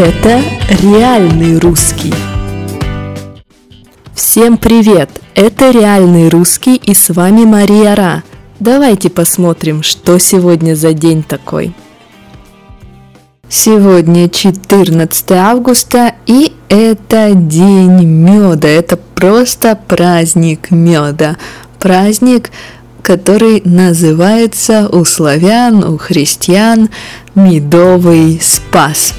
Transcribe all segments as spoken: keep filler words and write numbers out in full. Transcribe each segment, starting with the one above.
Это реальный русский. Всем привет! Это реальный русский, и с вами Мария Ра. Давайте посмотрим, что сегодня за день такой. Сегодня четырнадцатое августа, и это день меда. Это просто праздник меда. Праздник, который называется у славян, у христиан Медовый Спас.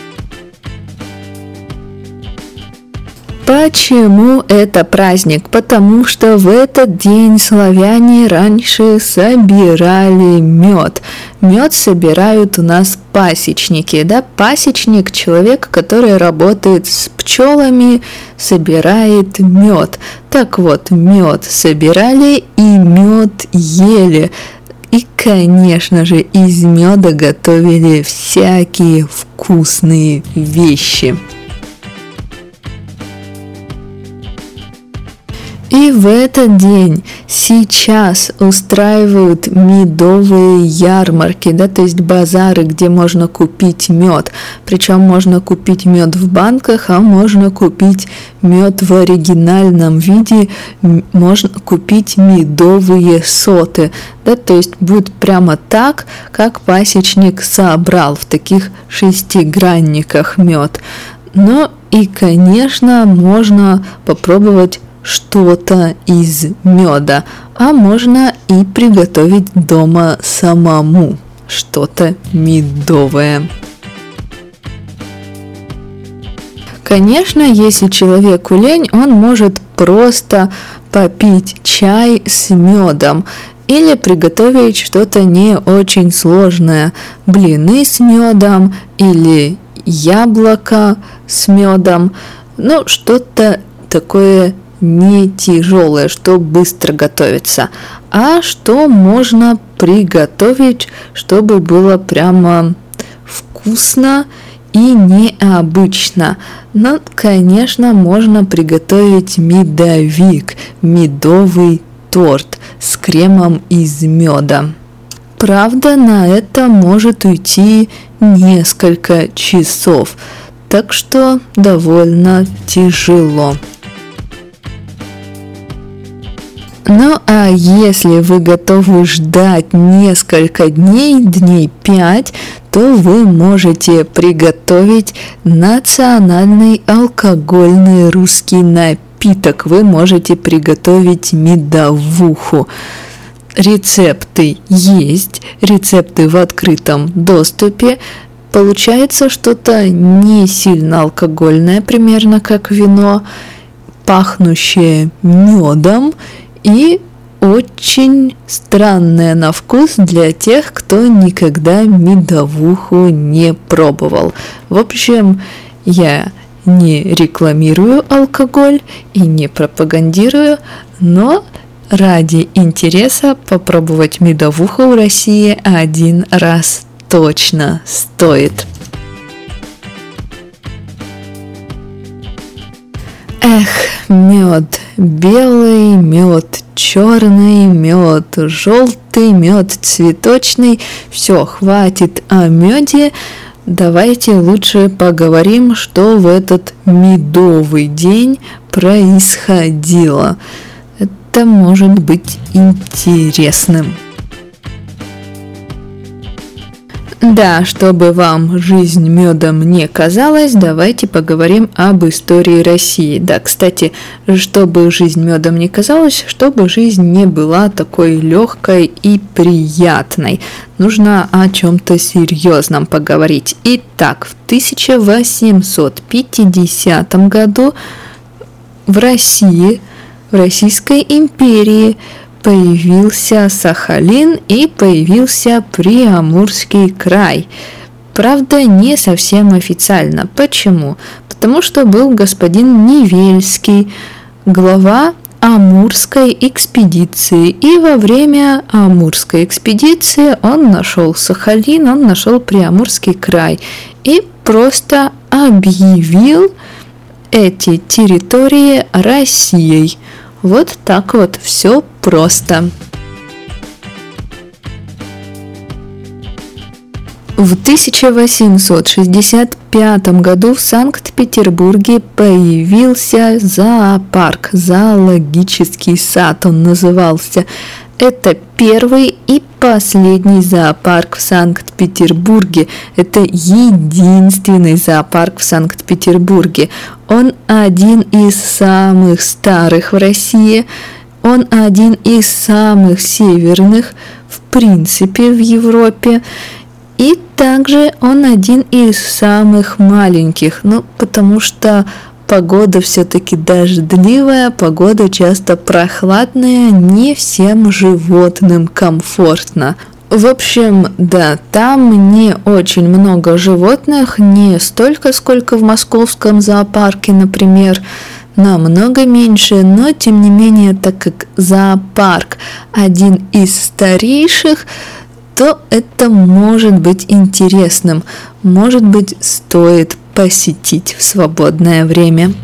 Почему это праздник? Потому что в этот день славяне раньше собирали мед. Мед собирают у нас пасечники, да? Пасечник – человек, который работает с пчелами, собирает мед. Так вот, мед собирали и мед ели. И, конечно же, из меда готовили всякие вкусные вещи. И в этот день сейчас устраивают медовые ярмарки, да, то есть базары, где можно купить мед. Причем можно купить мед в банках, а можно купить мед в оригинальном виде, можно купить медовые соты, да, то есть будет прямо так, как пасечник собрал в таких шестигранниках мед. Ну и, конечно, можно попробовать что-то из меда, а можно и приготовить дома самому что-то медовое. Конечно, если человеку лень, он может просто попить чай с медом или приготовить что-то не очень сложное, блины с медом или яблоко с медом, ну что-то такое не тяжелое, что быстро готовится, а что можно приготовить, чтобы было прямо вкусно и необычно. Но, конечно, можно приготовить медовик, медовый торт с кремом из меда. Правда, на это может уйти несколько часов, так что довольно тяжело. Ну а если вы готовы ждать несколько дней, дней пять, то вы можете приготовить национальный алкогольный русский напиток. Вы можете приготовить медовуху. Рецепты есть, рецепты в открытом доступе. Получается что-то не сильно алкогольное, примерно как вино, пахнущее медом, и очень странное на вкус для тех, кто никогда медовуху не пробовал. В общем, я не рекламирую алкоголь и не пропагандирую, но ради интереса попробовать медовуху в России один раз точно стоит. Эх, мед белый, мед черный, мед желтый, мед цветочный. Все, хватит о меде. Давайте лучше поговорим, что в этот медовый день происходило. Это может быть интересным. Да, чтобы вам жизнь медом не казалась, давайте поговорим об истории России. Да, кстати, чтобы жизнь медом не казалась, чтобы жизнь не была такой легкой и приятной, нужно о чем-то серьезном поговорить. Итак, в тысяча восемьсот пятидесятом году в России, в Российской империи, появился Сахалин и появился Приамурский край. Правда, не совсем официально. Почему? Потому что был господин Невельский, глава Амурской экспедиции. И во время Амурской экспедиции он нашел Сахалин, он нашел Приамурский край и просто объявил эти территории Россией. Вот так вот все просто. В тысяча восемьсот шестьдесят пятом году в Санкт-Петербурге появился зоопарк, зоологический сад он назывался. Это первый и последний зоопарк в Санкт-Петербурге. Это единственный зоопарк в Санкт-Петербурге. Он один из самых старых в России. Он один из самых северных, в принципе, в Европе. И также он один из самых маленьких, ну, потому что погода все-таки дождливая, погода часто прохладная, не всем животным комфортно. В общем, да, там не очень много животных, не столько, сколько в московском зоопарке, например, намного меньше, но тем не менее, так как зоопарк один из старейших, то это может быть интересным, может быть, стоит посетить в свободное время.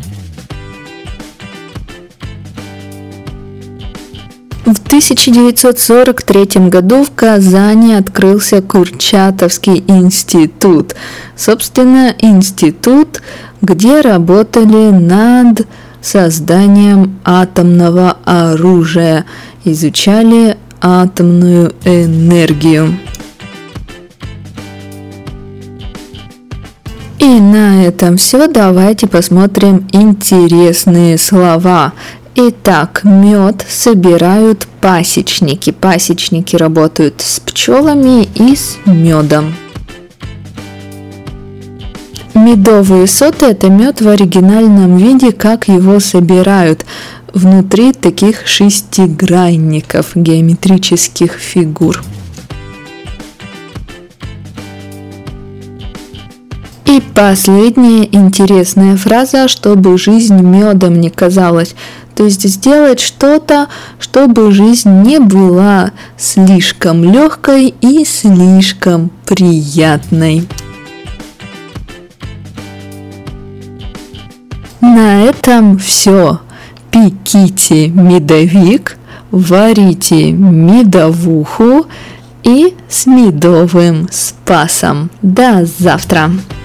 В тысяча девятьсот сорок третьем году в Казани открылся Курчатовский институт. Собственно, институт, где работали над созданием атомного оружия, изучали атомную энергию. И на этом все. Давайте посмотрим интересные слова. Итак, мед собирают пасечники. Пасечники работают с пчелами и с медом. Медовые соты – это мед в оригинальном виде, как его собирают. Внутри таких шестигранников, геометрических фигур. И последняя интересная фраза, чтобы жизнь медом не казалась. То есть сделать что-то, чтобы жизнь не была слишком легкой и слишком приятной. На этом все. Пеките медовик, варите медовуху и с медовым спасом. До завтра!